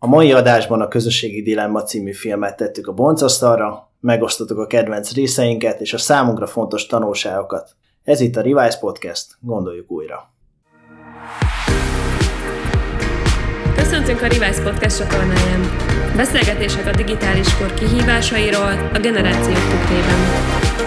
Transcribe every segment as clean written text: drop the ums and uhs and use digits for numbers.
A mai adásban a Közösségi Dilemma című filmet tettük a boncasztalra, megosztottuk a kedvenc részeinket és a számunkra fontos tanulságokat. Ez itt a Revise Podcast, gondoljuk újra. Köszöntünk a Revise Podcast csatornáján. Beszélgetések a digitális kor kihívásairól a generációk tükrében.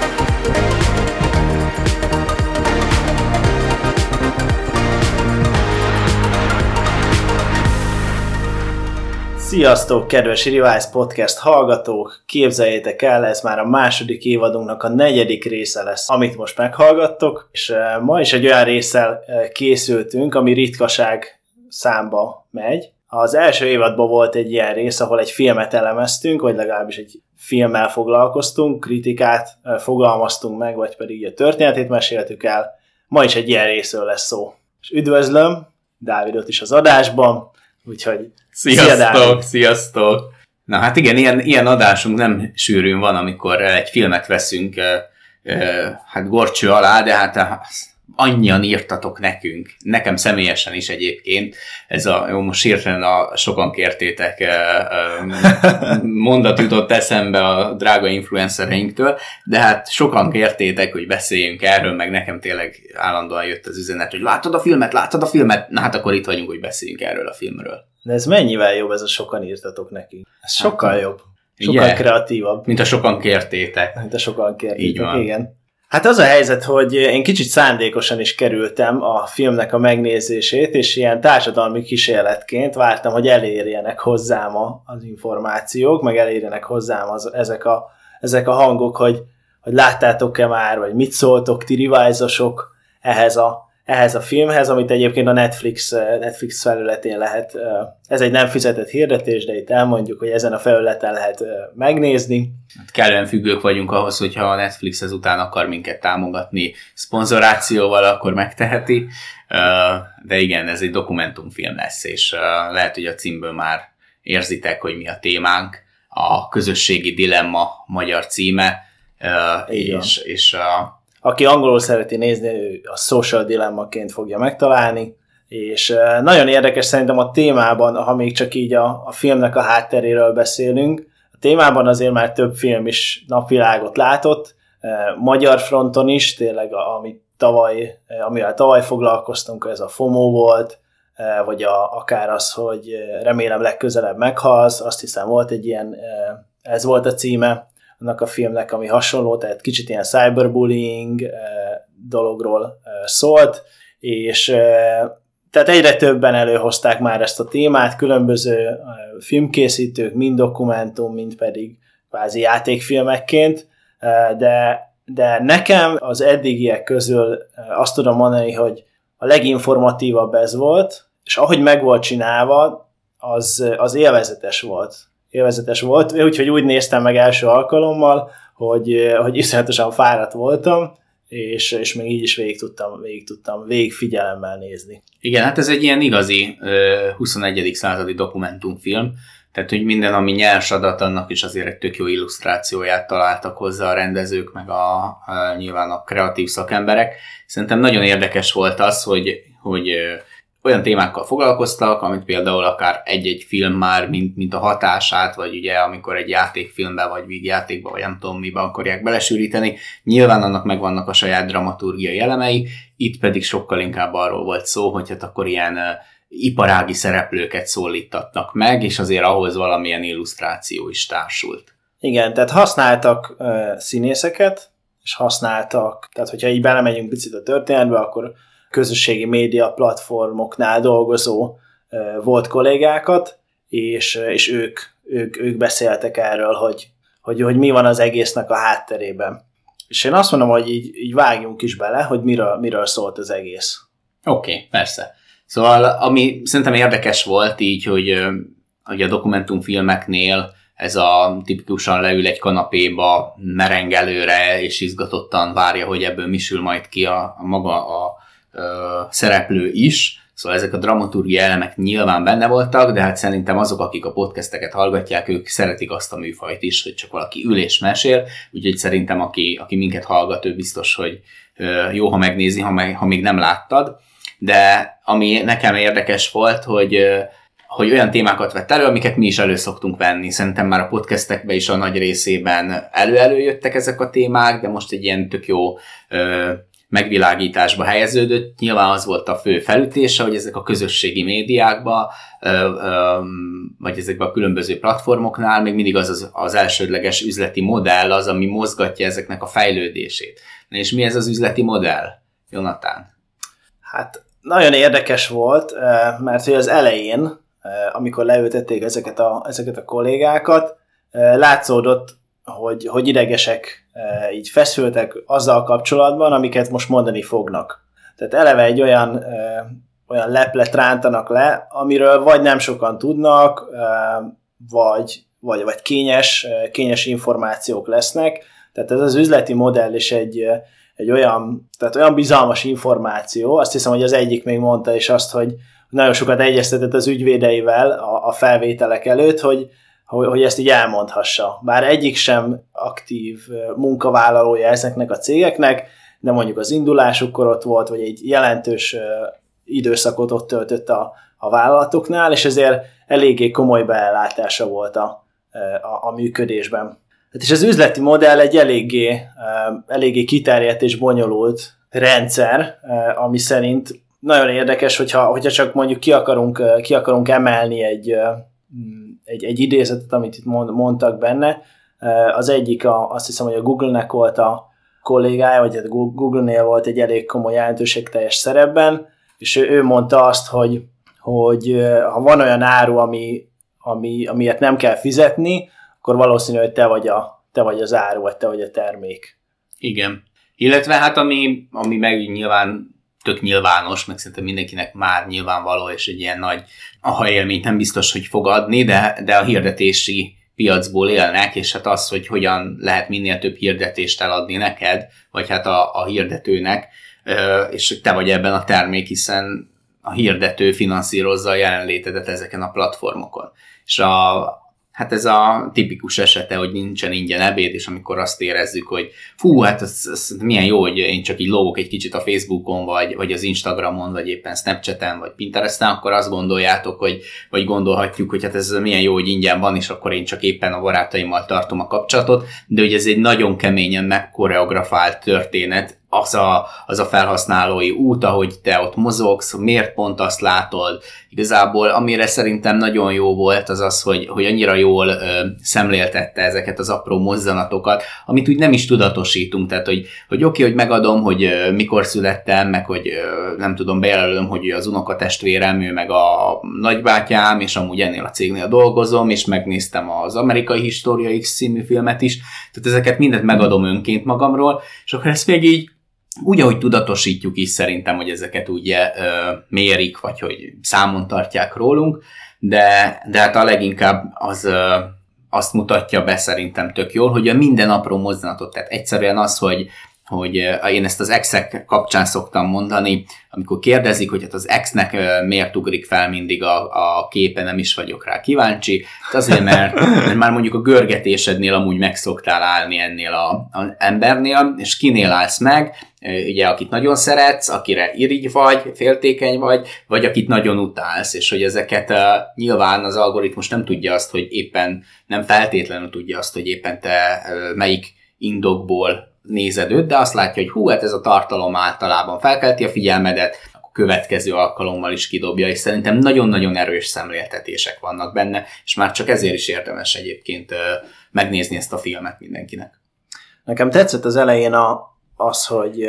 Sziasztok, kedves Revise Podcast hallgatók! Képzeljétek el, ez már a második évadunknak a 4. része lesz, amit most meghallgattok, és ma is egy olyan résszel készültünk, ami ritkaság számba megy. Az első évadban volt egy ilyen rész, ahol egy filmet elemeztünk, vagy legalábbis egy filmmel foglalkoztunk, kritikát fogalmaztunk meg, vagy pedig a történetét meséltük el. Ma is egy ilyen részről lesz szó. És üdvözlöm Dávidot is az adásban, úgyhogy Sziasztok! Na hát igen, ilyen adásunk nem sűrűn van, amikor egy filmet veszünk hát górcső alá, de hát annyian írtatok nekünk, nekem személyesen is egyébként, most hirtelen a sokan kértétek mondat jutott eszembe a drága influencereinktől, de hát sokan kértétek, hogy beszéljünk erről, meg nekem tényleg állandóan jött az üzenet, hogy láttad a filmet? Na hát akkor itt vagyunk, hogy beszéljünk erről a filmről. De ez mennyivel jobb, ez a sokan írtatok nekünk? Ez sokkal jobb. Sokkal kreatívabb. Mint a sokan kértétek. Így van. Igen. Hát az a helyzet, hogy én kicsit szándékosan is kerültem a filmnek a megnézését, és ilyen társadalmi kísérletként vártam, hogy elérjenek hozzám az információk, meg elérjenek hozzám ezek a hangok, hogy láttátok-e már, vagy mit szóltok ti Revise-osok ehhez a filmhez, amit egyébként a Netflix felületén lehet. Ez egy nem fizetett hirdetés, de itt elmondjuk, hogy ezen a felületen lehet megnézni. Hát kellően függők vagyunk ahhoz, hogyha a Netflix ezután akar minket támogatni szponzorációval, akkor megteheti. De igen, ez egy dokumentumfilm lesz, és lehet, hogy a címből már érzitek, hogy mi a témánk. A Közösségi Dilemma magyar címe, és aki angolul szereti nézni, ő a Social Dilemmaként fogja megtalálni, és nagyon érdekes szerintem a témában, ha még csak így a filmnek a hátteréről beszélünk, a témában azért már több film is napvilágot látott, magyar fronton is, tényleg amivel tavaly foglalkoztunk, ez a FOMO volt, vagy akár az, hogy remélem legközelebb meghalsz, azt hiszem volt egy ilyen, ez volt a címe annak a filmnek, ami hasonló, tehát kicsit ilyen cyberbullying dologról szólt, és tehát egyre többen előhozták már ezt a témát, különböző filmkészítők, mind dokumentum, mind pedig kvázi játékfilmekként, de nekem az eddigiek közül azt tudom mondani, hogy a leginformatívabb ez volt, és ahogy meg volt csinálva, az élvezetes volt, úgyhogy úgy néztem meg első alkalommal, hogy iszonyatosan fáradt voltam, és még így is végig tudtam figyelemmel nézni. Igen, hát ez egy ilyen igazi 21. századi dokumentumfilm, tehát hogy minden, ami nyers adat, annak is azért egy tök jó illusztrációját találtak hozzá a rendezők, meg nyilván a kreatív szakemberek. Szerintem nagyon érdekes volt az, hogy olyan témákkal foglalkoztak, amit például akár egy-egy film már, mint a hatását, vagy ugye amikor egy játékfilmbe, vagy vígjátékba, vagy nem tudom miben akarják belesűríteni, nyilván annak megvannak a saját dramaturgiai elemei, itt pedig sokkal inkább arról volt szó, hogy hát akkor ilyen iparági szereplőket szólítatnak meg, és azért ahhoz valamilyen illusztráció is társult. Igen, tehát használtak színészeket, és tehát hogyha így belemegyünk picit a történetbe, akkor közösségi média platformoknál dolgozó volt kollégákat, és ők beszéltek erről, hogy mi van az egésznek a hátterében. És én azt mondom, hogy így vágjunk is bele, hogy miről szólt az egész. Oké, persze. Szóval ami szerintem érdekes volt így, hogy a dokumentumfilmeknél ez a tipikusan leül egy kanapéba, mereng előre, és izgatottan várja, hogy ebből mi sül majd ki a maga a szereplő is, szóval ezek a dramaturgiai elemek nyilván benne voltak, de hát szerintem azok, akik a podcasteket hallgatják, ők szeretik azt a műfajt is, hogy csak valaki ül és mesél, úgyhogy szerintem aki minket hallgat, ő biztos, hogy jó, ha megnézi, ha még nem láttad, de ami nekem érdekes volt, hogy olyan témákat vett elő, amiket mi is elő szoktunk venni. Szerintem már a podcastekben is a nagy részében előjöttek ezek a témák, de most egy ilyen tök jó megvilágításba helyeződött. Nyilván az volt a fő felütése, hogy ezek a közösségi médiákban, vagy ezekben a különböző platformoknál még mindig az elsődleges üzleti modell az, ami mozgatja ezeknek a fejlődését. És mi ez az üzleti modell, Jonatán? Hát nagyon érdekes volt, mert hogy az elején, amikor leültették ezeket a kollégákat, látszódott, hogy idegesek így feszültek azzal kapcsolatban, amiket most mondani fognak. Tehát eleve egy olyan leplet rántanak le, amiről vagy nem sokan tudnak, vagy kényes információk lesznek. Tehát ez az üzleti modell is egy olyan bizalmas információ. Azt hiszem, hogy az egyik még mondta is azt, hogy nagyon sokat egyeztetett az ügyvédeivel a felvételek előtt, hogy ezt így elmondhassa. Bár egyik sem aktív munkavállalója ezeknek a cégeknek, de mondjuk az indulásukkor ott volt, vagy egy jelentős időszakot ott töltött a vállalatoknál, és ezért eléggé komoly beellátása volt a működésben. És az üzleti modell egy eléggé kiterjedt és bonyolult rendszer, ami szerint nagyon érdekes, hogyha csak mondjuk ki akarunk emelni egy idézetet, amit itt mondtak benne. Az egyik, azt hiszem, hogy a Google-nek volt a kollégája, vagy a Google-nél volt egy elég komoly jelentőségteljes szerepben, és ő mondta azt, hogy ha van olyan áru, amiért nem kell fizetni, akkor valószínű, hogy te vagy az áru, vagy te vagy a termék. Igen. Illetve hát ami meg nyilván tök nyilvános, meg szerintem mindenkinek már nyilvánvaló, és egy ilyen nagy aha-élményt nem biztos, hogy fog adni, de a hirdetési piacból élnek, és hát az, hogy hogyan lehet minél több hirdetést eladni neked, vagy hát a hirdetőnek, és te vagy ebben a termék, hiszen a hirdető finanszírozza a jelenlétedet ezeken a platformokon. És hát ez a tipikus esete, hogy nincsen ingyen ebéd, és amikor azt érezzük, hogy fú, hát ez milyen jó, hogy én csak így lógok egy kicsit a Facebookon, vagy az Instagramon, vagy éppen Snapchaten, vagy Pinteresten, akkor azt gondoljátok, vagy gondolhatjuk, hogy hát ez milyen jó, hogy ingyen van, és akkor én csak éppen a barátaimmal tartom a kapcsolatot, de hogy ez egy nagyon keményen megkoreografált történet, az a felhasználói út, ahogy te ott mozogsz, miért pont azt látod. Igazából amire szerintem nagyon jó volt az, hogy annyira jól szemléltette ezeket az apró mozzanatokat, amit úgy nem is tudatosítunk. Tehát, hogy oké, hogy megadom, hogy mikor születtem, meg hogy nem tudom, bejelölöm, hogy az unokatestvérem, ő meg a nagybátyám, és amúgy ennél a cégnél dolgozom, és megnéztem az Amerikai História X című filmet is. Tehát ezeket mindet megadom önként magamról, és akkor ezt még így úgy, ahogy tudatosítjuk is szerintem, hogy ezeket ugye mérik, vagy hogy számon tartják rólunk, de hát a leginkább azt mutatja be szerintem tök jól, hogy a minden apró mozdulatot, tehát egyszerűen az, hogy én ezt az X-ek kapcsán szoktam mondani, amikor kérdezik, hogy hát az X-nek miért ugrik fel mindig a képe, nem is vagyok rá kíváncsi. Azért, mert már mondjuk a görgetésednél amúgy meg szoktál állni ennél az embernél, és kinél állsz meg, ugye akit nagyon szeretsz, akire irigy vagy, féltékeny vagy akit nagyon utálsz, és hogy ezeket nyilván az algoritmus nem tudja azt, hogy éppen, nem feltétlenül tudja azt, hogy éppen te melyik indokból nézed őt, de azt látja, hogy hú, hát ez a tartalom általában felkelti a figyelmedet, akkor következő alkalommal is kidobja, és szerintem nagyon-nagyon erős szemléltetések vannak benne, és már csak ezért is érdemes egyébként megnézni ezt a filmet mindenkinek. Nekem tetszett az elején az, hogy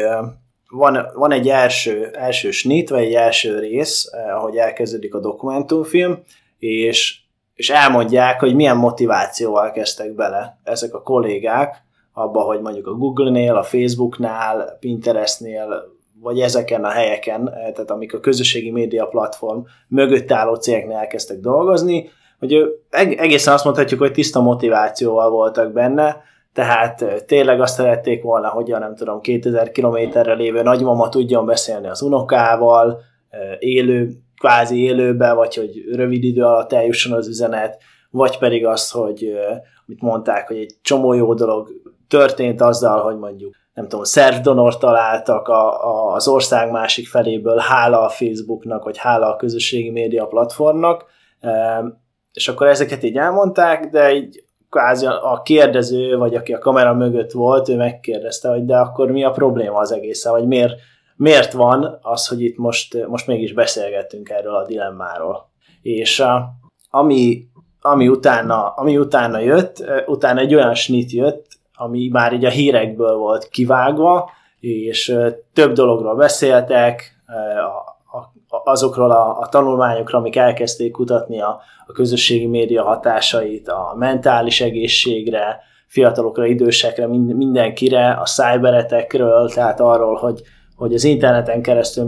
van egy első snit, vagy egy első rész, ahogy elkezdődik a dokumentumfilm, és elmondják, hogy milyen motivációval kezdtek bele ezek a kollégák abba, hogy mondjuk a Google-nél, a Facebooknál, Pinterestnél, vagy ezeken a helyeken, tehát amik a közösségi média platform mögött álló cégeknél elkezdtek dolgozni, hogy egészen azt mondhatjuk, hogy tiszta motivációval voltak benne, tehát tényleg azt szerették volna, hogy nem tudom, 2000 kilométerre lévő nagymama tudjon beszélni az unokával, kvázi élőben, vagy hogy rövid idő alatt eljusson az üzenet, vagy pedig azt, hogy mit mondták, hogy egy csomó jó dolog történt azzal, hogy mondjuk, nem tudom, szervdonort találtak az ország másik feléből, hála a Facebooknak, vagy hála a közösségi média platformnak, És akkor ezeket így elmondták, de így kvázi a kérdező, vagy aki a kamera mögött volt, ő megkérdezte, hogy de akkor mi a probléma az egészen, vagy miért van az, hogy itt most mégis beszélgettünk erről a dilemmáról. És ami utána jött, utána egy olyan snit jött, ami már így a hírekből volt kivágva, és több dologról beszéltek, azokról a tanulmányokról, amik elkezdték kutatni a közösségi média hatásait, a mentális egészségre, fiatalokra, idősekre, mindenkire, a cyberetekről, tehát arról, hogy az interneten keresztül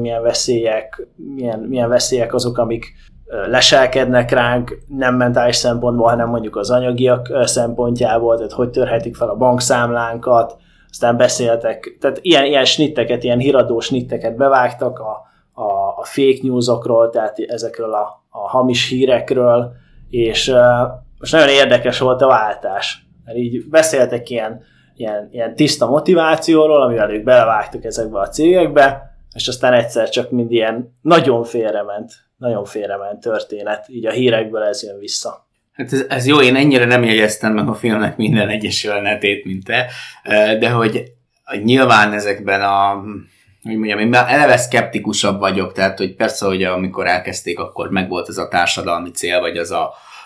milyen veszélyek azok, amik leselkednek ránk, nem mentális szempontból, hanem mondjuk az anyagiak szempontjából, tehát hogy törhetik fel a bankszámlánkat, aztán beszéltek, tehát ilyen snitteket, ilyen híradó snitteket bevágtak a fake newsokról, tehát ezekről a hamis hírekről, és most nagyon érdekes volt a váltás, mert így beszéltek ilyen tiszta motivációról, amivel ők belevágtak ezekbe a cégekbe, és aztán egyszer csak mind ilyen nagyon félrement történet, így a hírekből ez jön vissza. Hát ez jó, én ennyire nem jegyeztem meg a filmnek minden egyes jelenetét, mint te, de hogy nyilván ezekben hogy mondjam, én már eleve szkeptikusabb vagyok, tehát hogy persze, hogy amikor elkezdték, akkor megvolt ez a társadalmi cél, vagy az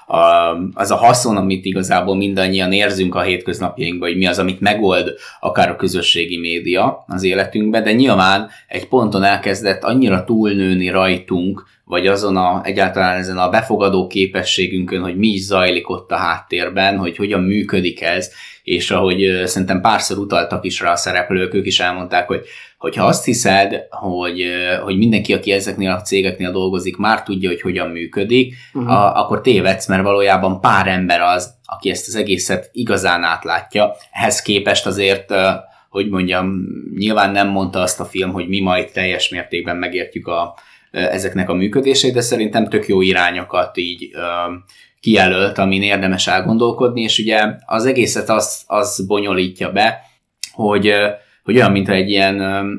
a haszon, amit igazából mindannyian érzünk a hétköznapjainkban, hogy mi az, amit megold akár a közösségi média az életünkbe, de nyilván egy ponton elkezdett annyira túlnőni rajtunk, vagy egyáltalán ezen a befogadó képességünkön, hogy mi is zajlik ott a háttérben, hogy hogyan működik ez, és ahogy szerintem párszor utaltak is rá a szereplők, ők is elmondták, hogy ha azt hiszed, hogy mindenki, aki ezeknél a cégeknél dolgozik, már tudja, hogy hogyan működik, akkor tévedsz, mert valójában pár ember az, aki ezt az egészet igazán átlátja. Ehhez képest azért, hogy mondjam, nyilván nem mondta azt a film, hogy mi majd teljes mértékben megértjük ezeknek a működését, de szerintem tök jó irányokat így kijelölt, amin érdemes elgondolkodni, és ugye az egészet az bonyolítja be, hogy olyan, mint egy ilyen,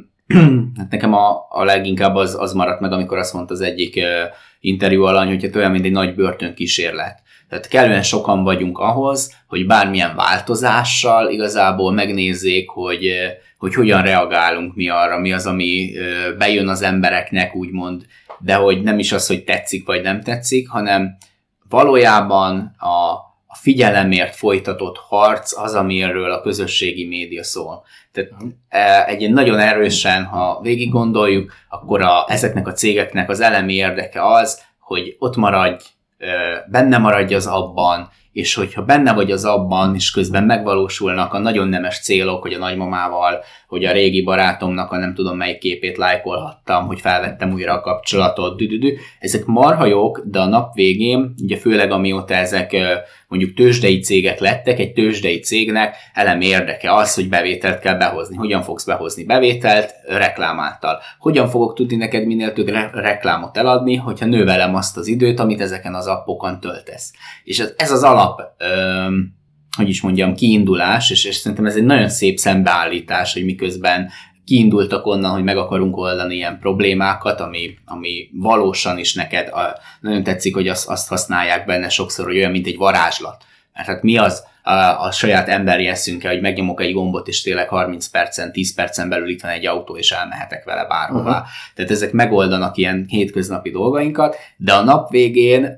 hát nekem a leginkább az maradt meg, amikor azt mondta az egyik interjú alany, hogy hát olyan, mint egy nagy börtönkísérlet. Tehát kellően sokan vagyunk ahhoz, hogy bármilyen változással igazából megnézzék, hogy hogyan reagálunk mi arra, mi az, ami bejön az embereknek, úgymond, de hogy nem is az, hogy tetszik vagy nem tetszik, hanem valójában a figyelemért folytatott harc az, amiről a közösségi média szól. Tehát egy nagyon erősen, ha végig gondoljuk, akkor ezeknek a cégeknek az elemi érdeke az, hogy ott maradj, benne maradj az abban, és hogyha benne vagy az abban, és közben megvalósulnak a nagyon nemes célok, hogy a nagymamával, hogy a régi barátomnak a nem tudom melyik képét lájkolhattam, hogy felvettem újra a kapcsolatot, ezek marha jók, de a nap végén, ugye főleg amióta ezek mondjuk tőzsdei cégek lettek, egy tőzsdei cégnek elemi érdeke az, hogy bevételt kell behozni. Hogyan fogsz behozni bevételt? Reklám által. Hogyan fogok tudni neked minél több reklámot eladni, hogyha növelem azt az időt, amit ezeken az appokon töltesz. És ez az alap, hogy is mondjam, kiindulás, és szerintem ez egy nagyon szép szembeállítás, hogy miközben kiindultak onnan, hogy meg akarunk oldani ilyen problémákat, ami valósan is neked nagyon tetszik, hogy azt használják benne sokszor, hogy olyan, mint egy varázslat. Mert hát mi az a saját emberi eszünkkel, hogy megnyomok egy gombot, és tényleg 30 percen, 10 percen belül itt van egy autó, és elmehetek vele bárhová. Tehát ezek megoldanak ilyen hétköznapi dolgainkat, de a nap végén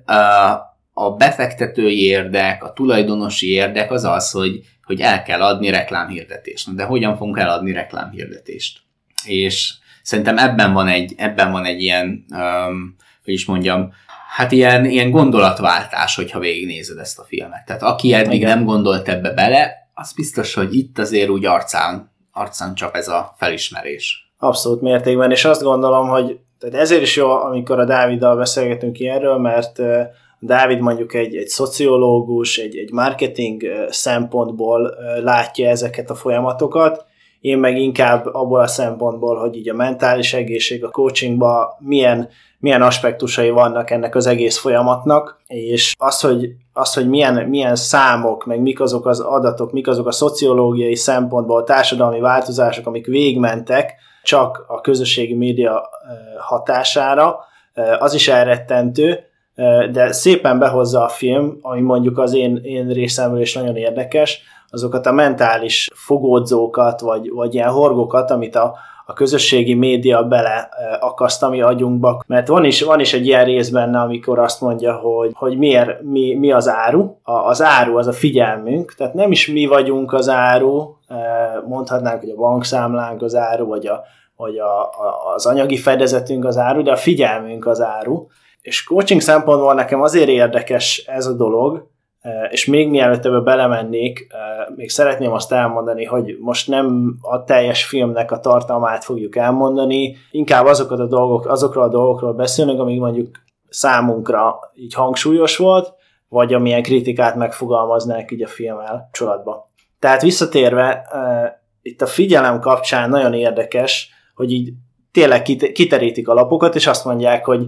a befektetői érdek, a tulajdonosi érdek az az, hogy el kell adni reklámhirdetést. De hogyan fogunk eladni reklámhirdetést? És szerintem ebben van egy ilyen, hogy is mondjam, hát ilyen gondolatváltás, hogyha végignézed ezt a filmet. Tehát aki eddig nem gondolt ebbe bele, az biztos, hogy itt azért úgy arcán csap ez a felismerés. Abszolút mértékben, és azt gondolom, hogy tehát ezért is jó, amikor a Dáviddal beszélgetünk ilyenről, mert Dávid mondjuk egy szociológus, egy marketing szempontból látja ezeket a folyamatokat, én meg inkább abból a szempontból, hogy így a mentális egészség, a coachingban milyen aspektusai vannak ennek az egész folyamatnak, és az, hogy milyen számok, meg mik azok az adatok, mik azok a szociológiai szempontból társadalmi változások, amik végigmentek csak a közösségi média hatására, az is elrettentő, de szépen behozza a film, ami mondjuk az én részemről is nagyon érdekes, azokat a mentális fogódzókat, vagy ilyen horgokat, amit a közösségi média bele akaszt a mi agyunkba. Mert van is egy ilyen rész benne, amikor azt mondja, hogy mi az áru. Az áru az a figyelmünk, tehát nem is mi vagyunk az áru, mondhatnánk, hogy a bankszámlánk az áru, vagy az anyagi fedezetünk az áru, de a figyelmünk az áru. És coaching szempontból nekem azért érdekes ez a dolog, és még mielőtt ebbe belemennék, még szeretném azt elmondani, hogy most nem a teljes filmnek a tartalmát fogjuk elmondani, inkább azokról a dolgokról beszélünk, amik mondjuk számunkra így hangsúlyos volt, vagy amilyen kritikát megfogalmaznánk így a filmmel kapcsolatban. Tehát visszatérve, itt a figyelem kapcsán nagyon érdekes, hogy így tényleg kiterítik a lapokat, és azt mondják, hogy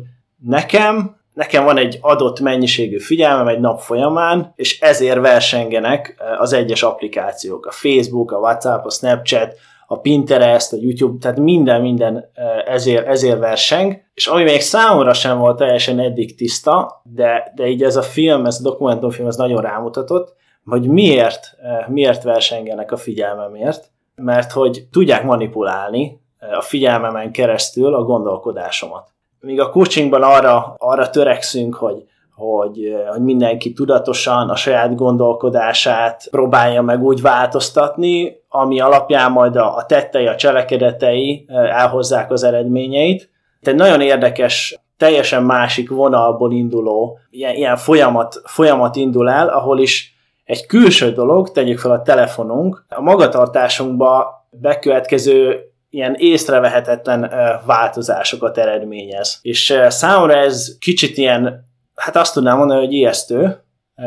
nekem van egy adott mennyiségű figyelmem egy nap folyamán, és ezért versengenek az egyes applikációk. A Facebook, a WhatsApp, a Snapchat, a Pinterest, a YouTube, tehát minden ezért verseng. És ami még számomra sem volt teljesen eddig tiszta, de így ez a dokumentumfilm, ez nagyon rámutatott, hogy miért versengenek a figyelmemért, mert hogy tudják manipulálni a figyelmemen keresztül a gondolkodásomat. Míg a coachingban arra törekszünk, hogy mindenki tudatosan a saját gondolkodását próbálja meg úgy változtatni, ami alapján majd a tettei, a cselekedetei elhozzák az eredményeit. Tehát nagyon érdekes, teljesen másik vonalból induló, ilyen folyamat indul el, ahol is egy külső dolog, tegyük fel a telefonunk, a magatartásunkba bekövetkező ilyen észrevehetetlen változásokat eredményez. És számomra ez kicsit ilyen, hát azt tudnám mondani, hogy ijesztő,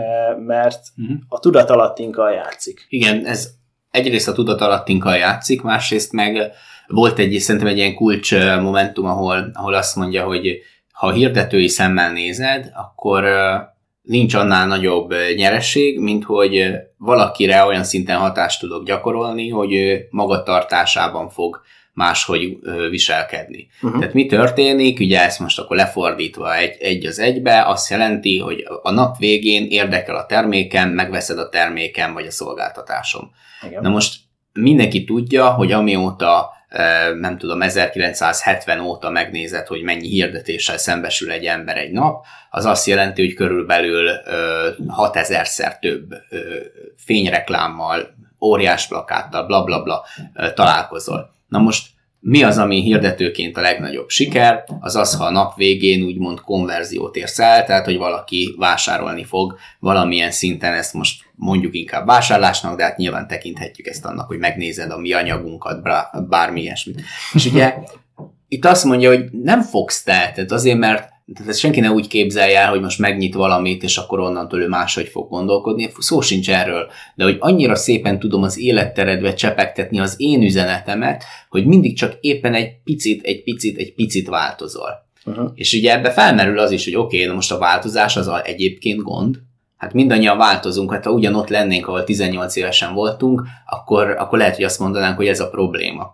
mert a tudatalattinkkal játszik. Igen, ez egyrészt a tudatalattinkkal játszik, másrészt meg volt szerintem egy ilyen kulcs momentum, ahol azt mondja, hogy ha hirdetői szemmel nézed, akkor nincs annál nagyobb nyereség, mint hogy valakire olyan szinten hatást tudok gyakorolni, hogy ő magatartásában fog máshogy viselkedni. Tehát mi történik? Ugye ezt most akkor lefordítva egy az egybe, azt jelenti, hogy a nap végén érdekel a termékem, megveszed a termékem vagy a szolgáltatásom. Igen. Na most mindenki tudja, hogy amióta nem tudom, 1970 óta megnézed, hogy mennyi hirdetéssel szembesül egy ember egy nap, az azt jelenti, hogy körülbelül 6000-szer több fényreklámmal, óriás plakáttal, blablabla találkozol. Na most mi az, ami hirdetőként a legnagyobb siker? Az, ha a nap végén úgymond konverziót érsz el, tehát hogy valaki vásárolni fog valamilyen szinten, ezt most mondjuk inkább vásárlásnak, de hát nyilván tekinthetjük ezt annak, hogy megnézed a mi anyagunkat, bármi ilyesmit. És ugye itt azt mondja, hogy nem fogsz tehát azért, mert tehát senki ne úgy képzelje el, hogy most megnyit valamit, és akkor onnantól ő máshogy fog gondolkodni. Szó sincs erről, de hogy annyira szépen tudom az életteredbe csepegtetni az én üzenetemet, hogy mindig csak éppen egy picit változol. És ugye ebbe felmerül az is, hogy oké, na most a változás az egyébként gond. Hát mindannyian változunk, hát ha ugyanott lennénk, ahol 18 évesen voltunk, akkor lehet, hogy azt mondanánk, hogy ez a probléma.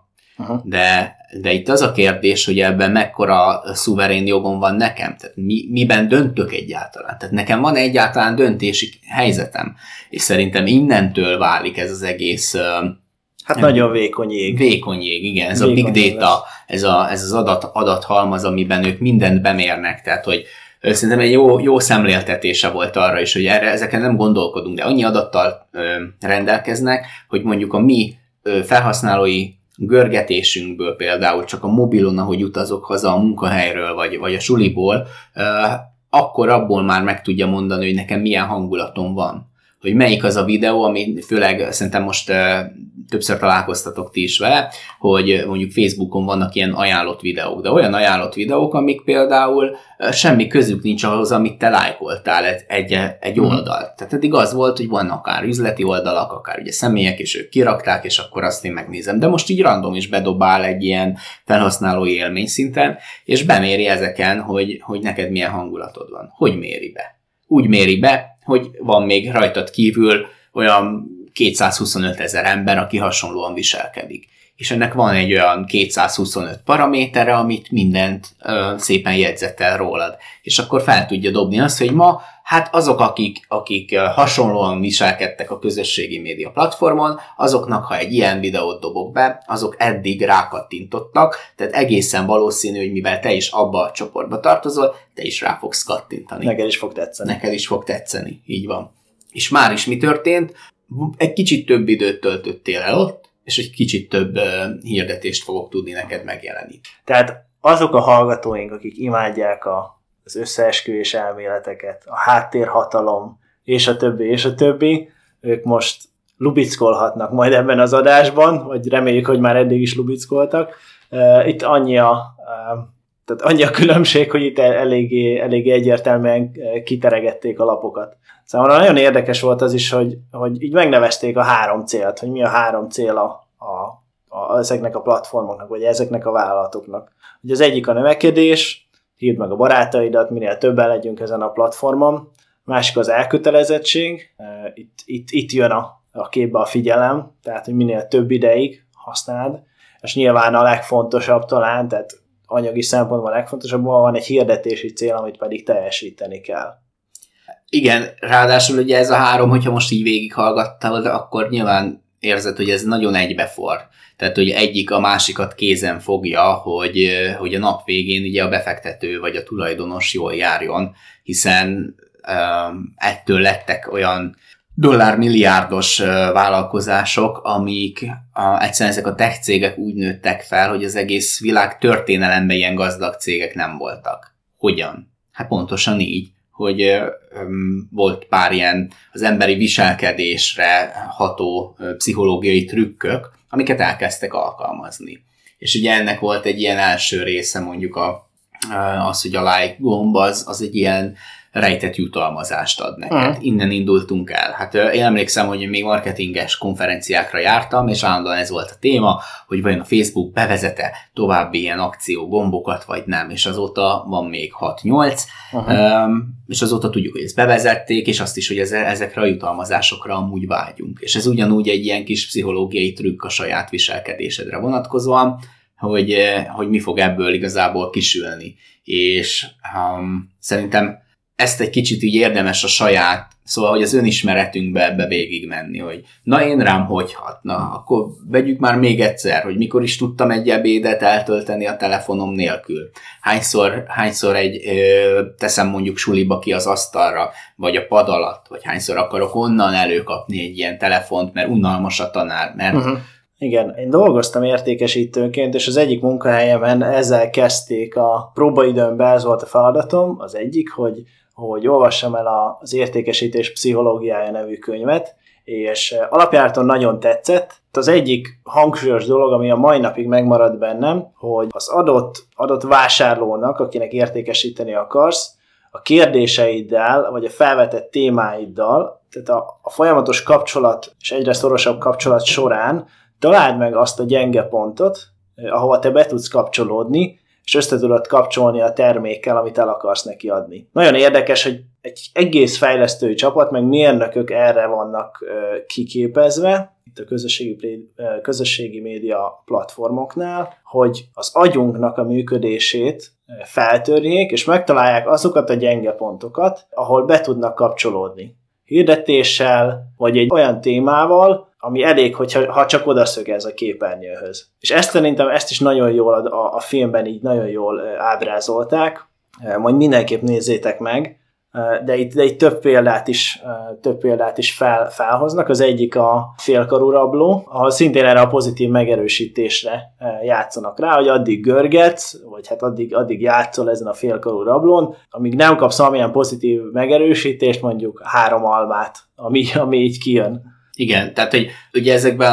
De itt az a kérdés, hogy ebben mekkora szuverén jogom van nekem, tehát miben döntök egyáltalán. Tehát nekem van egyáltalán döntési helyzetem, és szerintem innentől válik ez az egész... Hát nagyon vékony jég. Vékony jég, igen. Ez vékony a big data, ez az adathalmaz, amiben ők mindent bemérnek, tehát hogy szerintem egy jó szemléltetése volt arra is, hogy ezeken nem gondolkodunk, de annyi adattal rendelkeznek, hogy mondjuk a mi felhasználói görgetésünkből például csak a mobilon, ahogy utazok haza a munkahelyről, vagy a suliból, akkor abból már meg tudja mondani, hogy nekem milyen hangulatom van. Hogy melyik az a videó, ami főleg szerintem most többször találkoztatok ti is vele, hogy mondjuk Facebookon vannak ilyen ajánlott videók, de olyan ajánlott videók, amik például semmi közük nincs ahhoz, amit te lájkoltál egy oldalt. Tehát eddig az volt, hogy vannak akár üzleti oldalak, akár ugye személyek, és ők kirakták, és akkor azt én megnézem. De most így random is bedobál egy ilyen felhasználói élmény szinten, és beméri ezeken, hogy neked milyen hangulatod van. Hogy méri be? Úgy méri be, hogy van még rajtad kívül olyan 225 000 ember, aki hasonlóan viselkedik. és ennek van egy olyan 225 paramétere, amit mindent szépen jegyzetel rólad. És akkor fel tudja dobni azt, hogy ma hát azok, akik hasonlóan viselkedtek a közösségi média platformon, azoknak, ha egy ilyen videót dobok be, azok eddig rákattintottak, tehát egészen valószínű, hogy mivel te is abba a csoportba tartozol, te is rá fogsz kattintani. Neked is fog tetszeni. Neked is fog tetszeni, így van. És már is mi történt? Egy kicsit több időt töltöttél el ott, és egy kicsit több hirdetést fogok tudni neked megjeleníteni. Tehát azok a hallgatóink, akik imádják az összeesküvés elméleteket, a háttérhatalom, és a többi, ők most lubickolhatnak majd ebben az adásban, vagy reméljük, hogy már eddig is lubickoltak. Itt annyi a különbség, hogy itt eléggé egyértelműen kiteregették a lapokat. Szóval nagyon érdekes volt az is, hogy így megnevezték a 3 célt, hogy mi a 3 cél ezeknek a platformoknak, vagy ezeknek a vállalatoknak. Ugye az egyik a növekedés, hívd meg a barátaidat, minél többen legyünk ezen a platformon. Másik az elkötelezettség, itt jön a képbe a figyelem, tehát hogy minél több ideig használd, és nyilván a legfontosabb talán, tehát anyagi szempontból a legfontosabb, van egy hirdetési cél, amit pedig teljesíteni kell. Igen, ráadásul ugye ez a 3, hogyha most így végighallgattad, akkor nyilván érzed, hogy ez nagyon egybefor. Tehát, hogy egyik a másikat kézen fogja, hogy a nap végén ugye a befektető vagy a tulajdonos jól járjon, hiszen ettől lettek olyan dollármilliárdos vállalkozások, amik egyszerűen ezek a tech cégek úgy nőttek fel, hogy az egész világ történelemben ilyen gazdag cégek nem voltak. Hogyan? Hát pontosan így, hogy volt pár ilyen az emberi viselkedésre ható pszichológiai trükkök, amiket elkezdtek alkalmazni. És ugye ennek volt egy ilyen első része, mondjuk az, hogy a like gomb az egy ilyen rejtett jutalmazást ad neked. Innen indultunk el. Hát én emlékszem, hogy még marketinges konferenciákra jártam, és állandóan ez volt a téma, hogy vajon a Facebook bevezete további ilyen akciógombokat, vagy nem. És azóta van még 6-8, és azóta tudjuk, hogy ezt bevezették, és azt is, hogy ezekre a jutalmazásokra amúgy vágyunk. És ez ugyanúgy egy ilyen kis pszichológiai trükk a saját viselkedésedre vonatkozóan, hogy mi fog ebből igazából kisülni. És szerintem ezt egy kicsit így érdemes a saját, szóval, hogy az önismeretünkbe ebbe végig menni, hogy na én rám hogy hat, na akkor vegyük már még egyszer, hogy mikor is tudtam egy ebédet eltölteni a telefonom nélkül. Hányszor teszem mondjuk suliba ki az asztalra, vagy a pad alatt, vagy hányszor akarok onnan előkapni egy ilyen telefont, mert unalmas a tanár, mert Igen, én dolgoztam értékesítőként, és az egyik munkahelyemen ezzel kezdték a próbaidőmben, ez volt a feladatom, az egyik, hogy olvassam el az Értékesítés pszichológiája nevű könyvet, és alapjáraton nagyon tetszett. Az egyik hangsúlyos dolog, ami a mai napig megmaradt bennem, hogy az adott vásárlónak, akinek értékesíteni akarsz, a kérdéseiddel, vagy a felvetett témáiddal, tehát a folyamatos kapcsolat és egyre szorosabb kapcsolat során találd meg azt a gyenge pontot, ahova te be tudsz kapcsolódni, és össze tudod kapcsolni a termékkel, amit el akarsz neki adni. Nagyon érdekes, hogy egy egész fejlesztői csapat, meg mérnökök erre vannak kiképezve, itt a közösségi média platformoknál, hogy az agyunknak a működését feltörjék, és megtalálják azokat a gyenge pontokat, ahol be tudnak kapcsolódni. Hirdetéssel, vagy egy olyan témával, ami elég, ha csak odaszögez a képernyőhöz. És szerintem ezt is nagyon jól a filmben így nagyon jól ábrázolták, majd mindenképp nézzétek meg, de itt több példát is felhoznak. Az egyik a félkarú rabló, ahol szintén erre a pozitív megerősítésre játszanak rá, hogy addig görgetsz, vagy hát addig játszol ezen a félkarú rablón, amíg nem kapsz valamilyen pozitív megerősítést, mondjuk 3 almát, ami így kijön. Igen, tehát hogy ugye ezekben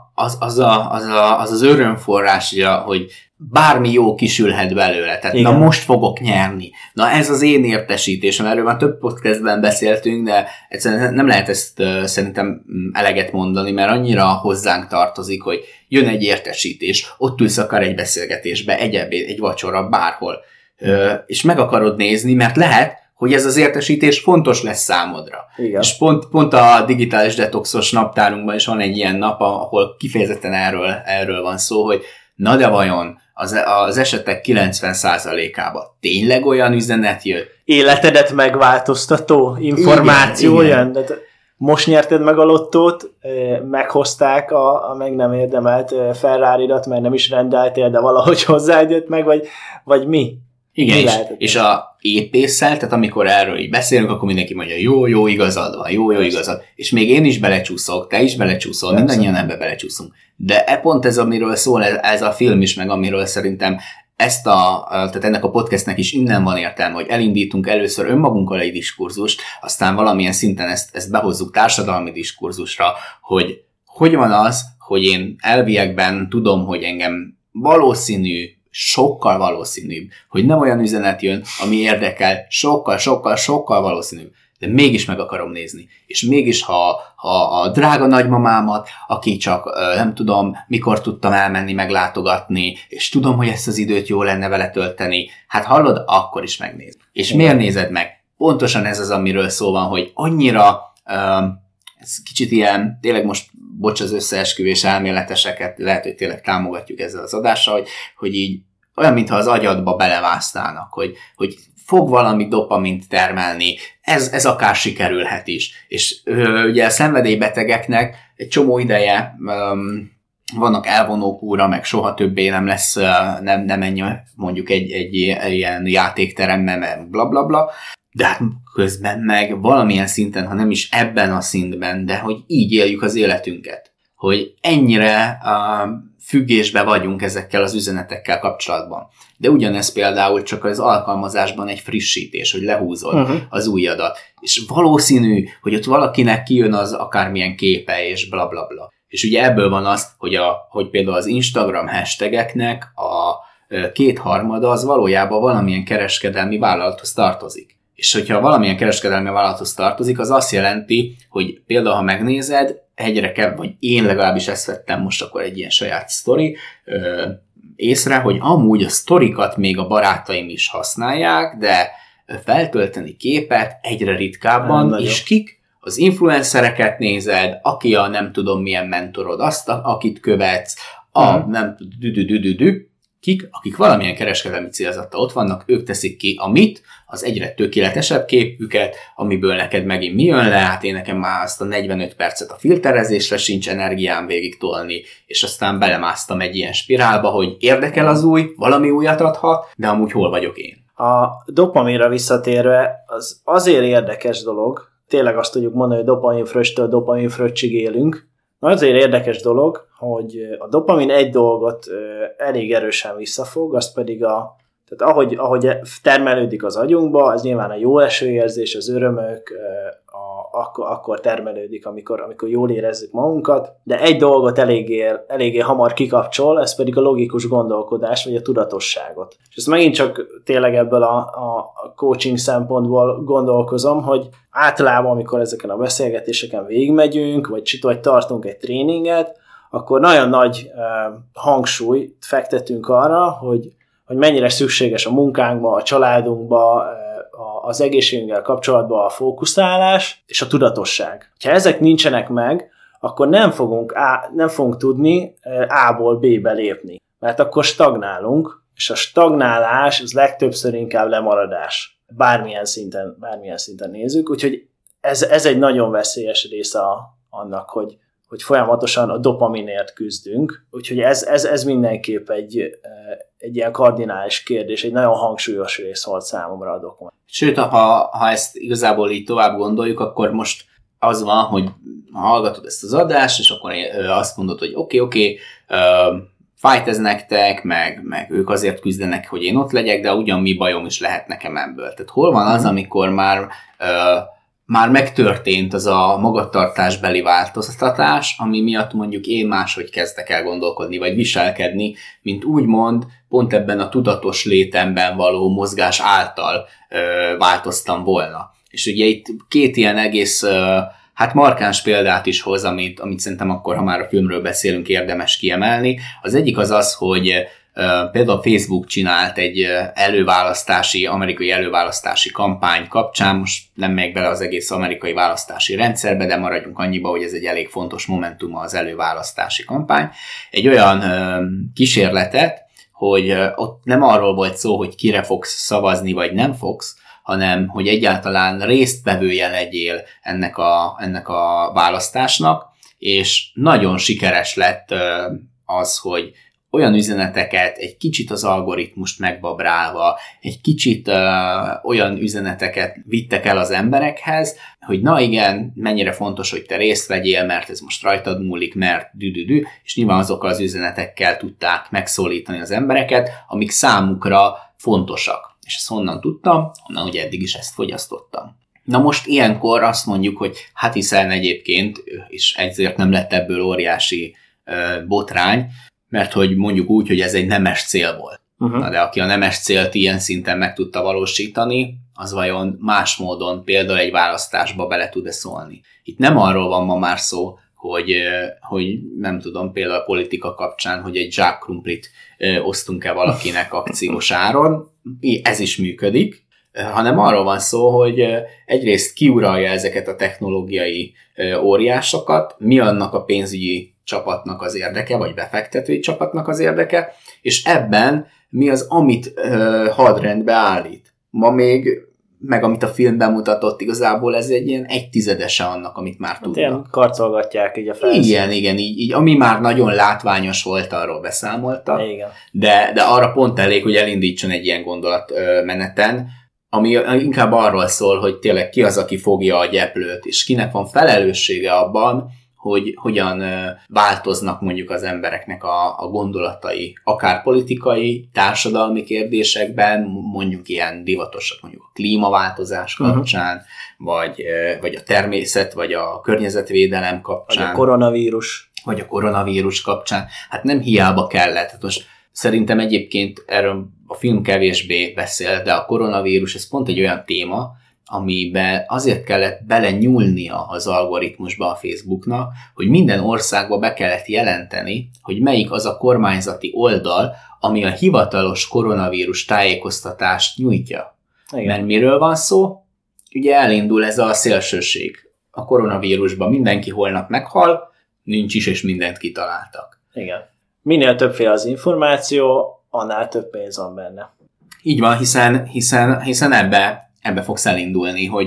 az örömforrás, hogy bármi jó kisülhet belőle, tehát igen. Na most fogok nyerni, na ez az én értesítésem, erről már több podcastben beszéltünk, de egyszerűen nem lehet ezt szerintem eleget mondani, mert annyira hozzánk tartozik, hogy jön egy értesítés, ott ülsz akár egy beszélgetésbe, egy ebéd, egy vacsora, bárhol, és meg akarod nézni, mert lehet, hogy ez az értesítés fontos lesz számodra. Igen. És pont a digitális detoxos naptárunkban is van egy ilyen nap, ahol kifejezetten erről van szó, hogy na de vajon az esetek 90%-ában tényleg olyan üzenet jött? Életedet megváltoztató információ jön? Most nyerted meg a lottót, meghozták a meg nem érdemelt Ferrari-rat, mert nem is rendeltél, de valahogy hozzád jött meg, vagy mi? Igen, és a épésszel, tehát amikor erről így beszélünk, akkor mindenki mondja, jó, igazad van, jó, igazad. És még én is belecsúszok, te is belecsúszol, mindannyian ebbe belecsúszunk. De pont ez, amiről szól ez a film is, meg amiről szerintem tehát ennek a podcastnek is innen van értelme, hogy elindítunk először önmagunkkal egy diskurzust, aztán valamilyen szinten ezt behozzuk társadalmi diskurzusra, hogy van az, hogy én elviekben tudom, hogy engem sokkal valószínűbb, hogy nem olyan üzenet jön, ami érdekel, sokkal valószínűbb, de mégis meg akarom nézni. És mégis, ha a drága nagymamámat, aki csak nem tudom, mikor tudtam elmenni, meglátogatni, és tudom, hogy ezt az időt jó lenne vele tölteni, hát hallod, akkor is megnézd. És miért nézed meg? Pontosan ez az, amiről szó van, hogy annyira, ez kicsit ilyen, tényleg most bocs az összeesküvés elméleteseket, lehet, hogy tényleg támogatjuk ezzel az adással, hogy így olyan, mintha az agyadba belevásznának, hogy fog valami dopamint termelni, ez akár sikerülhet is. És ugye a szenvedélybetegeknek egy csomó ideje vannak elvonó kúra, meg soha többé nem lesz, nem menj mondjuk egy ilyen játékterembe, meg blablabla, de hát közben meg valamilyen szinten, ha nem is ebben a szintben, de hogy így éljük az életünket. Hogy ennyire függésbe vagyunk ezekkel az üzenetekkel kapcsolatban. De ugyanez például csak az alkalmazásban egy frissítés, hogy lehúzod az ujjadat. És valószínű, hogy ott valakinek kijön az akármilyen képe, és blablabla. És ugye ebből van az, hogy például az Instagram hashtageknek a 2/3 az valójában valamilyen kereskedelmi vállalathoz tartozik. És hogyha valamilyen kereskedelmi vállalathoz tartozik, az azt jelenti, hogy például, ha megnézed, egyre kell, vagy én legalábbis ezt vettem most akkor egy ilyen saját sztori észre, hogy amúgy a sztorikat még a barátaim is használják, de feltölteni képet egyre ritkábban, és kik? Az influencereket nézed, aki a nem tudom milyen mentorod, azt, akit követsz, nem kik, akik valamilyen kereskedelmi célzattal ott vannak, ők teszik ki az egyre tökéletesebb képüket, amiből neked megint mi jön le, hát én nekem már azt a 45 percet a filterezésre sincs energiám végig tolni, és aztán belemásztam egy ilyen spirálba, hogy érdekel az új, valami újat adhat, de amúgy hol vagyok én? A dopaminra visszatérve azért érdekes dolog, tényleg azt tudjuk mondani, hogy dopaminfröcstől dopaminfröccsig élünk. Azért érdekes dolog, hogy a dopamin egy dolgot elég erősen visszafog, az pedig tehát ahogy termelődik az agyunkba, az nyilván a jó esőérzés, az örömök, akkor termelődik, amikor jól érezzük magunkat, de egy dolgot eléggé hamar kikapcsol, ez pedig a logikus gondolkodás, vagy a tudatosságot. És ezt megint csak tényleg ebből a coaching szempontból gondolkozom, hogy általában, amikor ezeken a beszélgetéseken végigmegyünk, vagy tartunk egy tréninget, akkor nagyon nagy hangsúlyt fektetünk arra, hogy mennyire szükséges a munkánkba, a családunkba, az egészségünkkel kapcsolatban a fókuszálás és a tudatosság. Ha ezek nincsenek meg, akkor nem fogunk tudni A-ból B-be lépni, mert akkor stagnálunk, és a stagnálás az legtöbbször inkább lemaradás. Bármilyen szinten nézzük, úgyhogy ez egy nagyon veszélyes része annak, hogy folyamatosan a dopaminért küzdünk, úgyhogy ez mindenképp egy ilyen kardinális kérdés, egy nagyon hangsúlyos rész volt számomra a dokumentum. Sőt, ha ezt igazából így tovább gondoljuk, akkor most az van, hogy hallgatod ezt az adást, és akkor azt mondod, hogy oké, fájt ez nektek, meg ők azért küzdenek, hogy én ott legyek, de ugyan mi bajom is lehet nekem ebből. Tehát hol van az, amikor már megtörtént az a magatartásbeli változtatás, ami miatt mondjuk én máshogy kezdek el gondolkodni, vagy viselkedni, mint úgymond pont ebben a tudatos létemben való mozgás által változtam volna. És ugye itt két ilyen egész markáns példát is hoz, amit szerintem akkor, ha már a filmről beszélünk, érdemes kiemelni. Az egyik az, hogy Például Facebook csinált egy amerikai előválasztási kampány kapcsán, most nem megyek bele az egész amerikai választási rendszerbe, de maradjunk annyiba, hogy ez egy elég fontos momentuma az előválasztási kampány. Egy olyan kísérletet, hogy ott nem arról volt szó, hogy kire fogsz szavazni, vagy nem fogsz, hanem hogy egyáltalán résztvevője legyél ennek a választásnak, és nagyon sikeres lett az, hogy olyan üzeneteket, egy kicsit az algoritmust megbabrálva, egy kicsit olyan üzeneteket vittek el az emberekhez, hogy na igen, mennyire fontos, hogy te részt vegyél, mert ez most rajtad múlik, mert düdüdü, és nyilván azokkal az üzenetekkel tudták megszólítani az embereket, amik számukra fontosak. És ezt honnan tudtam? Honnan ugye eddig is ezt fogyasztottam. Na most ilyenkor azt mondjuk, hogy hát hiszen egyébként, és ezért nem lett ebből óriási botrány, mert hogy mondjuk úgy, hogy ez egy nemes cél volt. Na de aki a nemes célt ilyen szinten meg tudta valósítani, az vajon más módon például egy választásba bele tud-e szólni. Itt nem arról van ma már szó, hogy nem tudom, például a politika kapcsán, hogy egy zsákkrumplit osztunk-e valakinek akciós áron, ez is működik, hanem arról van szó, hogy egyrészt kiuralja ezeket a technológiai óriásokat, mi annak a pénzügyi csapatnak az érdeke, vagy befektetői csapatnak az érdeke, és ebben mi az, amit hadrendbe állít. Ma még, meg amit a filmben mutatott, igazából ez egy ilyen 1/10 annak, amit már tudnak. Ilyen karcolgatják így a felszínt. Igen, így ami már nagyon látványos volt, arról beszámolta. Igen. De arra pont elég, hogy elindítson egy ilyen gondolatmeneten, ami inkább arról szól, hogy tényleg ki az, aki fogja a gyeplőt, és kinek van felelőssége abban, hogy hogyan változnak mondjuk az embereknek a gondolatai, akár politikai, társadalmi kérdésekben, mondjuk ilyen divatosak mondjuk a klímaváltozás kapcsán, vagy a természet, vagy a környezetvédelem kapcsán. Vagy a koronavírus kapcsán. Hát nem hiába kellett. Hát most szerintem egyébként erről a film kevésbé beszél, de a koronavírus, ez pont egy olyan téma, amiben azért kellett belenyúlnia az algoritmusba a Facebooknak, hogy minden országba be kellett jelenteni, hogy melyik az a kormányzati oldal, ami a hivatalos koronavírus tájékoztatást nyújtja. Igen. Mert miről van szó? Ugye elindul ez a szélsőség. A koronavírusban mindenki holnap meghal, nincs is, és mindent kitaláltak. Igen. Minél többféle az információ, annál több pénz van benne. Így van, hiszen ebbe fogsz elindulni, hogy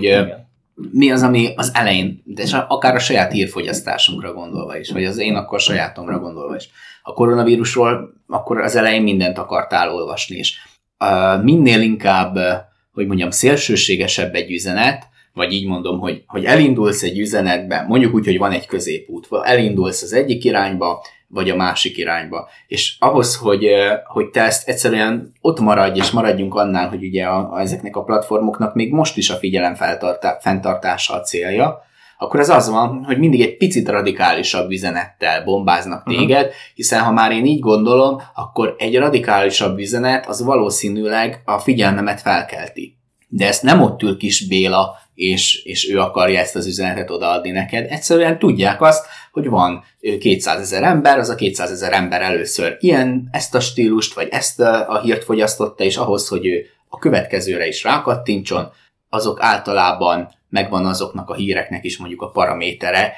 mi az, ami az elején, de akár a saját hírfogyasztásunkra gondolva is, vagy az én akkor sajátomra gondolva is. A koronavírusról akkor az elején mindent akartál olvasni, és minél inkább, hogy mondjam, szélsőségesebb egy üzenet, vagy így mondom, hogy elindulsz egy üzenetbe, mondjuk úgy, hogy van egy középút, elindulsz az egyik irányba, vagy a másik irányba. És ahhoz, hogy te ezt egyszerűen ott maradj, és maradjunk annál, hogy ugye ezeknek a platformoknak még most is a figyelem fenntartása a célja, akkor az van, hogy mindig egy picit radikálisabb üzenettel bombáznak téged, hiszen ha már én így gondolom, akkor egy radikálisabb üzenet az valószínűleg a figyelmemet felkelti. De ezt nem ott ül kis Béla, és ő akarja ezt az üzenetet odaadni neked. Egyszerűen tudják azt, hogy van 200 000 ember, az a 200 000 ember először ezt a stílust, vagy ezt a hírt fogyasztotta, és ahhoz, hogy ő a következőre is rákattintson, azok általában megvan azoknak a híreknek is mondjuk a paramétere,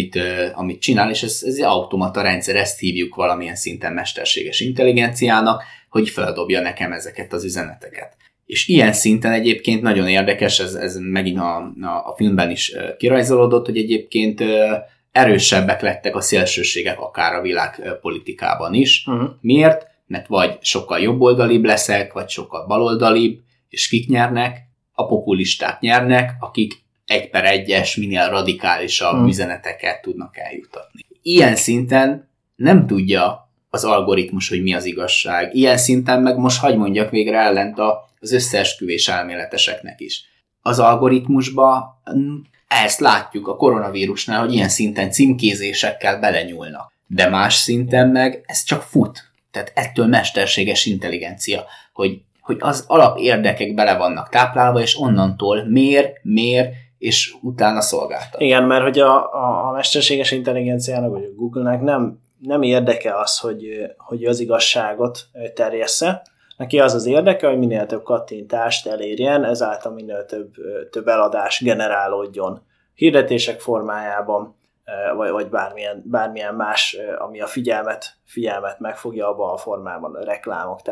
amit csinál, és ez egy automata rendszer, ezt hívjuk valamilyen szinten mesterséges intelligenciának, hogy feldobja nekem ezeket az üzeneteket. És ilyen szinten egyébként nagyon érdekes, ez megint a filmben is kirajzolódott, hogy egyébként erősebbek lettek a szélsőségek akár a világpolitikában is. Miért? Mert vagy sokkal jobboldalibb leszek, vagy sokkal baloldalibb, és kik nyernek? A populisták nyernek, akik 1/1-es, minél radikálisabb üzeneteket tudnak eljutatni. Ilyen szinten nem tudja az algoritmus, hogy mi az igazság. Ilyen szinten meg most hadd mondjak végre ellent az összeesküvés elméleteseknek is. Az algoritmusba ezt látjuk a koronavírusnál, hogy ilyen szinten címkézésekkel belenyúlnak. De más szinten meg ez csak fut. Tehát ettől mesterséges intelligencia, hogy az alapérdekek bele vannak táplálva, és onnantól mér, és utána szolgáltat. Igen, mert hogy a mesterséges intelligenciának, vagy a Google-nek nem érdeke az, hogy az igazságot terjessze. Neki az az érdeke, hogy minél több kattintást elérjen, ezáltal minél több eladás generálódjon hirdetések formájában, vagy bármilyen más, ami a figyelmet megfogja abban a formában, a reklámok.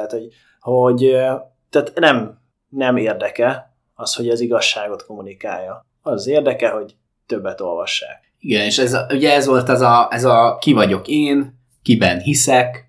Tehát nem érdeke az, hogy az igazságot kommunikálja. Az érdeke, hogy többet olvassák. Igen, és ugye ez volt ez a ki vagyok én, kiben hiszek,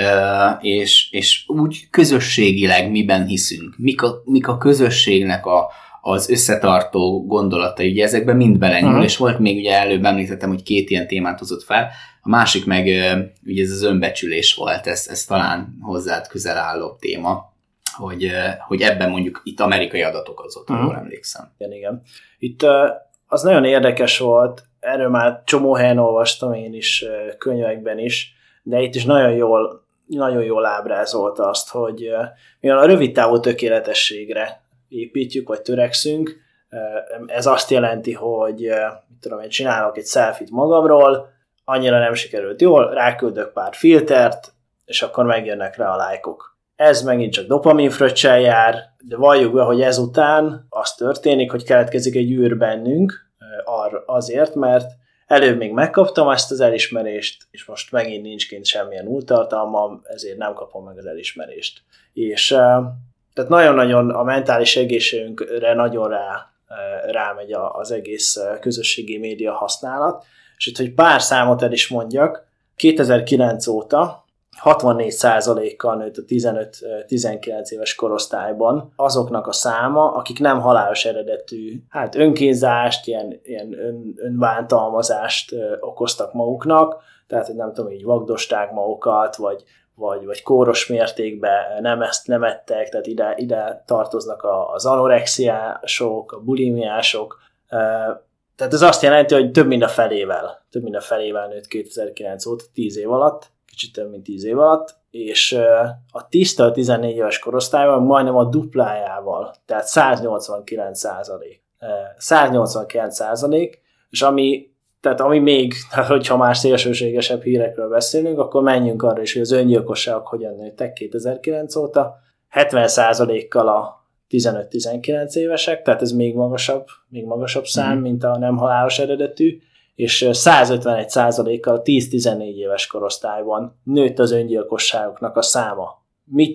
és úgy közösségileg miben hiszünk. Mik a közösségnek az összetartó gondolatai, ugye ezekben mind belenyúl, és volt még, ugye előbb említettem, hogy 2 ilyen témát hozott fel, a másik meg ugye ez az önbecsülés volt, ez talán hozzád közel álló téma, hogy ebben mondjuk itt amerikai adatok azok, jól emlékszem. Igen. Itt az nagyon érdekes volt, erről már csomó helyen olvastam én is, könyvekben is, de itt is nagyon jól ábrázolta azt, hogy mivel a rövidtávú tökéletességre építjük, vagy törekszünk, ez azt jelenti, hogy én csinálok egy selfie-t magamról, annyira nem sikerült jól, ráküldök pár filtert, és akkor megjönnek rá a lájkok. Ez megint csak dopaminfröccsel jár, de valljuk be, hogy ezután az történik, hogy keletkezik egy űr bennünk, azért, mert előbb még megkaptam ezt az elismerést, és most megint nincs kint semmilyen új tartalmam, ezért nem kapom meg az elismerést. És tehát nagyon-nagyon a mentális egészségünkre nagyon rámegy az egész közösségi média használat, és itt, hogy pár számot el is mondjak, 2009 óta 64%-kal nőtt a 15-19 éves korosztályban azoknak a száma, akik nem halálos eredetű önkínzást, ilyen önbántalmazást okoztak maguknak, tehát hogy nem tudom, így vagdosták magukat, vagy kóros mértékben nem ettek, tehát ide tartoznak az anorexiások, a bulimiások. Tehát ez azt jelenti, hogy több mint a felével nőtt 2009 óta, 10 év alatt, kicsit több mint 10 év alatt, és a 10-14 éves korosztályban majdnem a duplájával, tehát 189%, és ami még, hogyha már szélsőségesebb hírekről beszélünk, akkor menjünk arra is, hogy az öngyilkosságok hogyan nőttek 2009 óta, 70%-kal a 15-19 évesek, tehát ez még magasabb szám, mint a nem halálos eredetű, és 151%-kal a 10-14 éves korosztályban nőtt az öngyilkosságoknak a száma.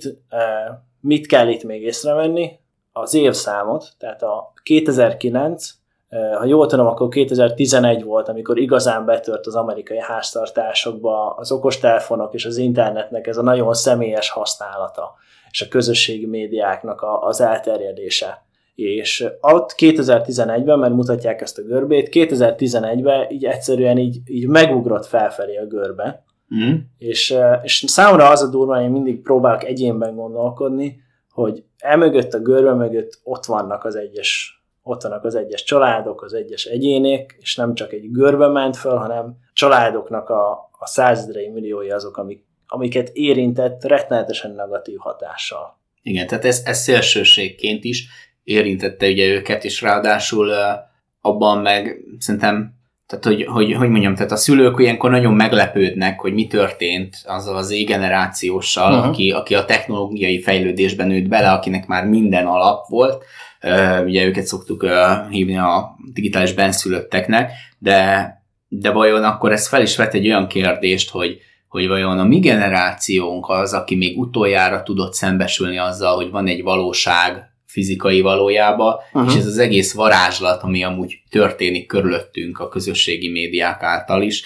Mit kell itt még észrevenni? Az évszámot, tehát a 2009, ha jól tudom, akkor 2011 volt, amikor igazán betört az amerikai háztartásokba az okostelefonok és az internetnek ez a nagyon személyes használata, és a közösségi médiáknak az elterjedése. És ott 2011-ben, mert mutatják ezt a görbét, 2011-ben így egyszerűen így megugrott felfelé a görbe. És számomra az a durva, én mindig próbálok egyénben gondolkodni, hogy emögött a görbe mögött ott vannak az egyes családok, az egyes egyének, és nem csak egy görbe ment föl, hanem családoknak a százezrei milliói azok, amiket érintett rettenetesen negatív hatással. Igen, tehát ez szélsőségként is érintette ugye őket, és ráadásul abban meg szerintem, tehát hogy mondjam, tehát a szülők ilyenkor nagyon meglepődnek, hogy mi történt azzal az Z-generációssal, aki a technológiai fejlődésben nőtt bele, akinek már minden alap volt, ugye őket szoktuk hívni a digitális benszülötteknek, de vajon akkor ez fel is vet egy olyan kérdést, hogy vajon a mi generációnk az, aki még utoljára tudott szembesülni azzal, hogy van egy valóság fizikai valójában, és ez az egész varázslat, ami amúgy történik körülöttünk a közösségi médiák által is,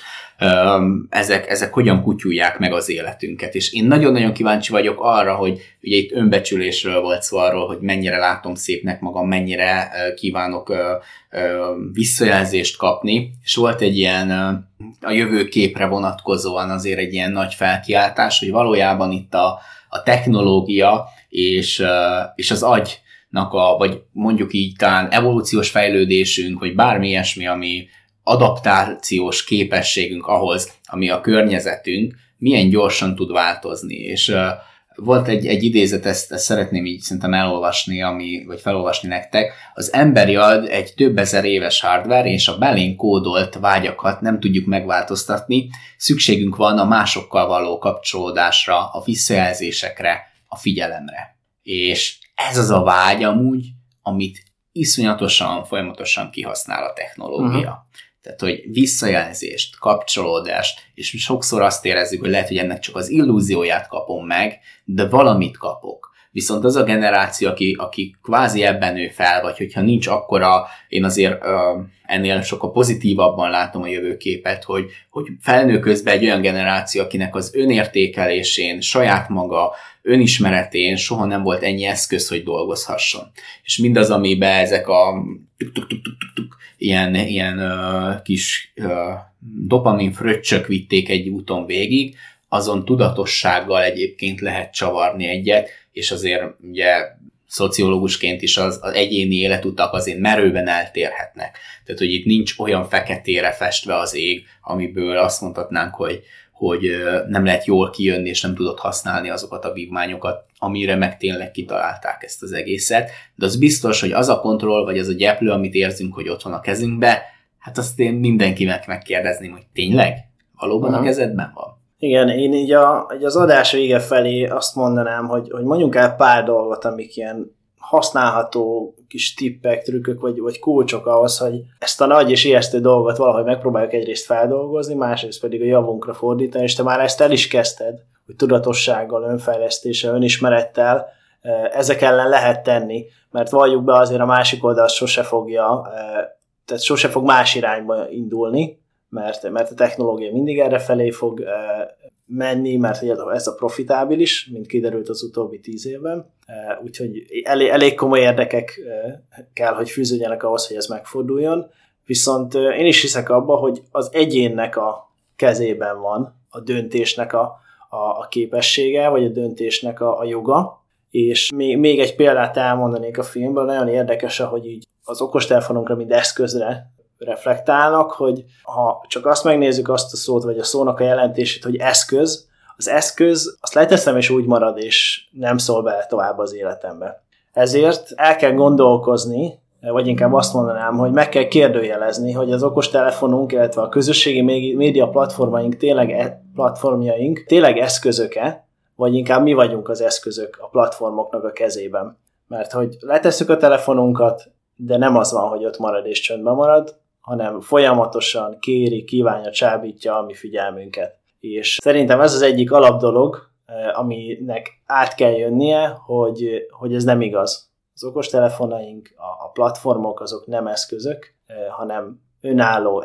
ezek hogyan kutyulják meg az életünket. És én nagyon-nagyon kíváncsi vagyok arra, hogy ugye itt önbecsülésről volt szó arról, hogy mennyire látom szépnek magam, mennyire kívánok visszajelzést kapni, és volt egy ilyen a jövőképre vonatkozóan azért egy ilyen nagy felkiáltás, hogy valójában itt a technológia és az agynak vagy mondjuk így talán evolúciós fejlődésünk, vagy bármi ilyesmi, ami adaptációs képességünk ahhoz, ami a környezetünk, milyen gyorsan tud változni. És Volt egy idézet, ezt szeretném így szerintem elolvasni, vagy felolvasni nektek. Az emberi agy egy több ezer éves hardware, és a belénk kódolt vágyakat nem tudjuk megváltoztatni. Szükségünk van a másokkal való kapcsolódásra, a visszajelzésekre, a figyelemre. És ez az a vágy amúgy, amit iszonyatosan, folyamatosan kihasznál a technológia. Tehát, hogy visszajelzést, kapcsolódást, és sokszor azt érezzük, hogy lehet, hogy ennek csak az illúzióját kapom meg, de valamit kapok. Viszont az a generáció, aki kvázi ebben nő fel, vagy hogyha nincs akkora, én azért ennél sokkal pozitívabban látom a jövőképet, hogy felnő közben egy olyan generáció, akinek az önértékelésén, saját maga, önismeretén soha nem volt ennyi eszköz, hogy dolgozhasson. És mindaz, amiben ezek a ilyen kis dopamin fröccsök vitték egy úton végig, azon tudatossággal egyébként lehet csavarni egyet, és azért ugye szociológusként is az egyéni életutak azért merőben eltérhetnek. Tehát, hogy itt nincs olyan feketére festve az ég, amiből azt mondhatnánk, hogy nem lehet jól kijönni, és nem tudod használni azokat a vívmányokat, amire meg tényleg kitalálták ezt az egészet. De az biztos, hogy az a kontroll, vagy az a gyeplő, amit érzünk, hogy ott van a kezünkbe, hát azt én mindenkinek megkérdezném, hogy tényleg? Valóban a kezedben van? Igen, én így az adás vége felé azt mondanám, hogy mondjunk el pár dolgot, amik ilyen használható kis tippek, trükkök, vagy kulcsok ahhoz, hogy ezt a nagy és ijesztő dolgot valahogy megpróbáljuk egyrészt feldolgozni, másrészt pedig a javunkra fordítani, és te már ezt el is kezdted, hogy tudatossággal, önfejlesztéssel, önismerettel ezek ellen lehet tenni, mert valljuk be azért a másik oldal sose fog más irányba indulni, mert a technológia mindig erre felé fog menni, mert ez a profitábilis, mint kiderült az utóbbi 10 évben. Úgyhogy elég komoly érdekek kell, hogy fűződjenek ahhoz, hogy ez megforduljon. Viszont én is hiszek abba, hogy az egyénnek a kezében van a döntésnek a képessége, vagy a döntésnek a joga. És még egy példát elmondanék a filmből, nagyon érdekes, ahogy így az okostelefonunkra, mint eszközre reflektálnak, hogy ha csak azt megnézzük azt a szót, vagy a szónak a jelentését, hogy eszköz, az eszköz, azt leteszem és úgy marad, és nem szól bele tovább az életembe. Ezért el kell gondolkozni, vagy inkább azt mondanám, hogy meg kell kérdőjelezni, hogy az okostelefonunk, illetve a közösségi média platformjaink tényleg eszközök-e, vagy inkább mi vagyunk az eszközök a platformoknak a kezében. Mert hogy letesszük a telefonunkat, de nem az van, hogy ott marad és csöndben marad, hanem folyamatosan kéri, kívánja, csábítja a mi figyelmünket. És szerintem ez az egyik alapdolog, aminek át kell jönnie, hogy ez nem igaz. Az okostelefonaink, a platformok azok nem eszközök, hanem önálló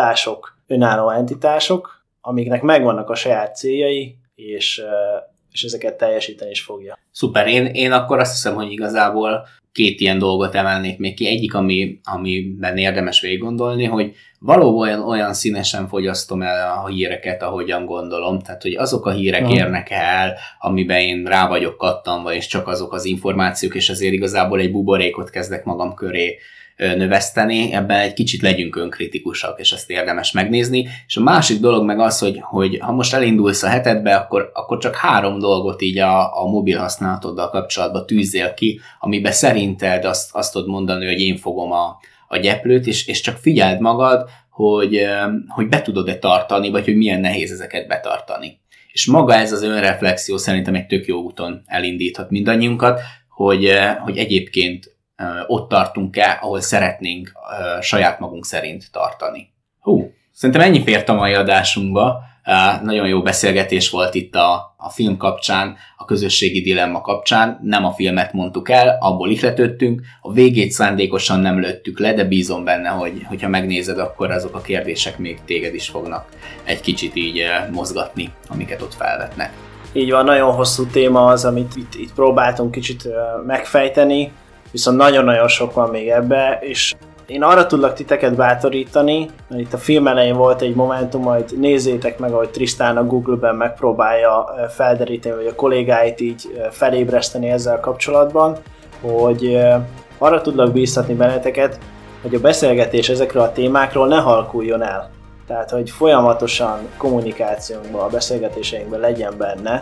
entitások, amiknek megvannak a saját céljai, és ezeket teljesíteni is fogja. Szuper, én akkor azt hiszem, hogy igazából 2 ilyen dolgot emelnék még ki. Egyik, amiben érdemes végig gondolni, hogy valóban olyan színesen fogyasztom el a híreket, ahogyan gondolom. Tehát, hogy azok a hírek érnek el, amiben én rá vagyok kattanva, és csak azok az információk, és azért igazából egy buborékot kezdek magam köré növeszteni, ebben egy kicsit legyünk önkritikusak, és ezt érdemes megnézni. És a másik dolog meg az, hogy ha most elindulsz a hetedbe, akkor csak 3 dolgot így a mobil használatoddal kapcsolatban tűzzél ki, amiben szerinted azt tudod mondani, hogy én fogom a gyeplőt, és csak figyeld magad, hogy be tudod-e tartani, vagy hogy milyen nehéz ezeket betartani. És maga ez az önreflexió szerintem egy tök jó úton elindíthat mindannyiunkat, hogy egyébként ott tartunk-e, ahol szeretnénk saját magunk szerint tartani. Szerintem ennyi fért a mai adásunkba. Nagyon jó beszélgetés volt itt a film kapcsán, a közösségi dilemma kapcsán. Nem a filmet mondtuk el, abból ihletődtünk. A végét szándékosan nem lőttük le, de bízom benne, hogyha megnézed, akkor azok a kérdések még téged is fognak egy kicsit így mozgatni, amiket ott felvetnek. Így van, nagyon hosszú téma az, amit itt próbáltunk kicsit megfejteni, viszont nagyon-nagyon sok van még ebbe, és én arra tudlak titeket bátorítani, mert itt a film elején volt egy momentum, majd nézzétek meg, ahogy Tristan a Google-ben megpróbálja felderíteni, vagy a kollégáit így felébreszteni ezzel kapcsolatban, hogy arra tudlak bíztatni benneteket, hogy a beszélgetés ezekről a témákról ne halkuljon el. Tehát, hogy folyamatosan kommunikációnkban, a beszélgetéseinkben legyen benne,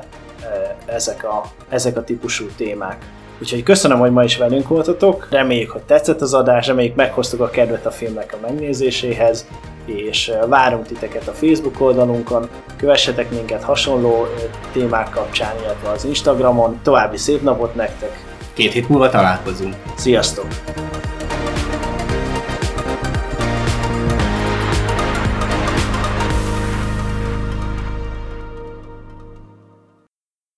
ezek a típusú témák. Úgyhogy köszönöm, hogy ma is velünk voltatok, reméljük, hogy tetszett az adás, reméljük meghoztuk a kedvet a filmnek a megnézéséhez, és várunk titeket a Facebook oldalunkon, kövessetek minket hasonló témák kapcsán, illetve az Instagramon. További szép napot nektek! 2 hét múlva találkozunk. Sziasztok!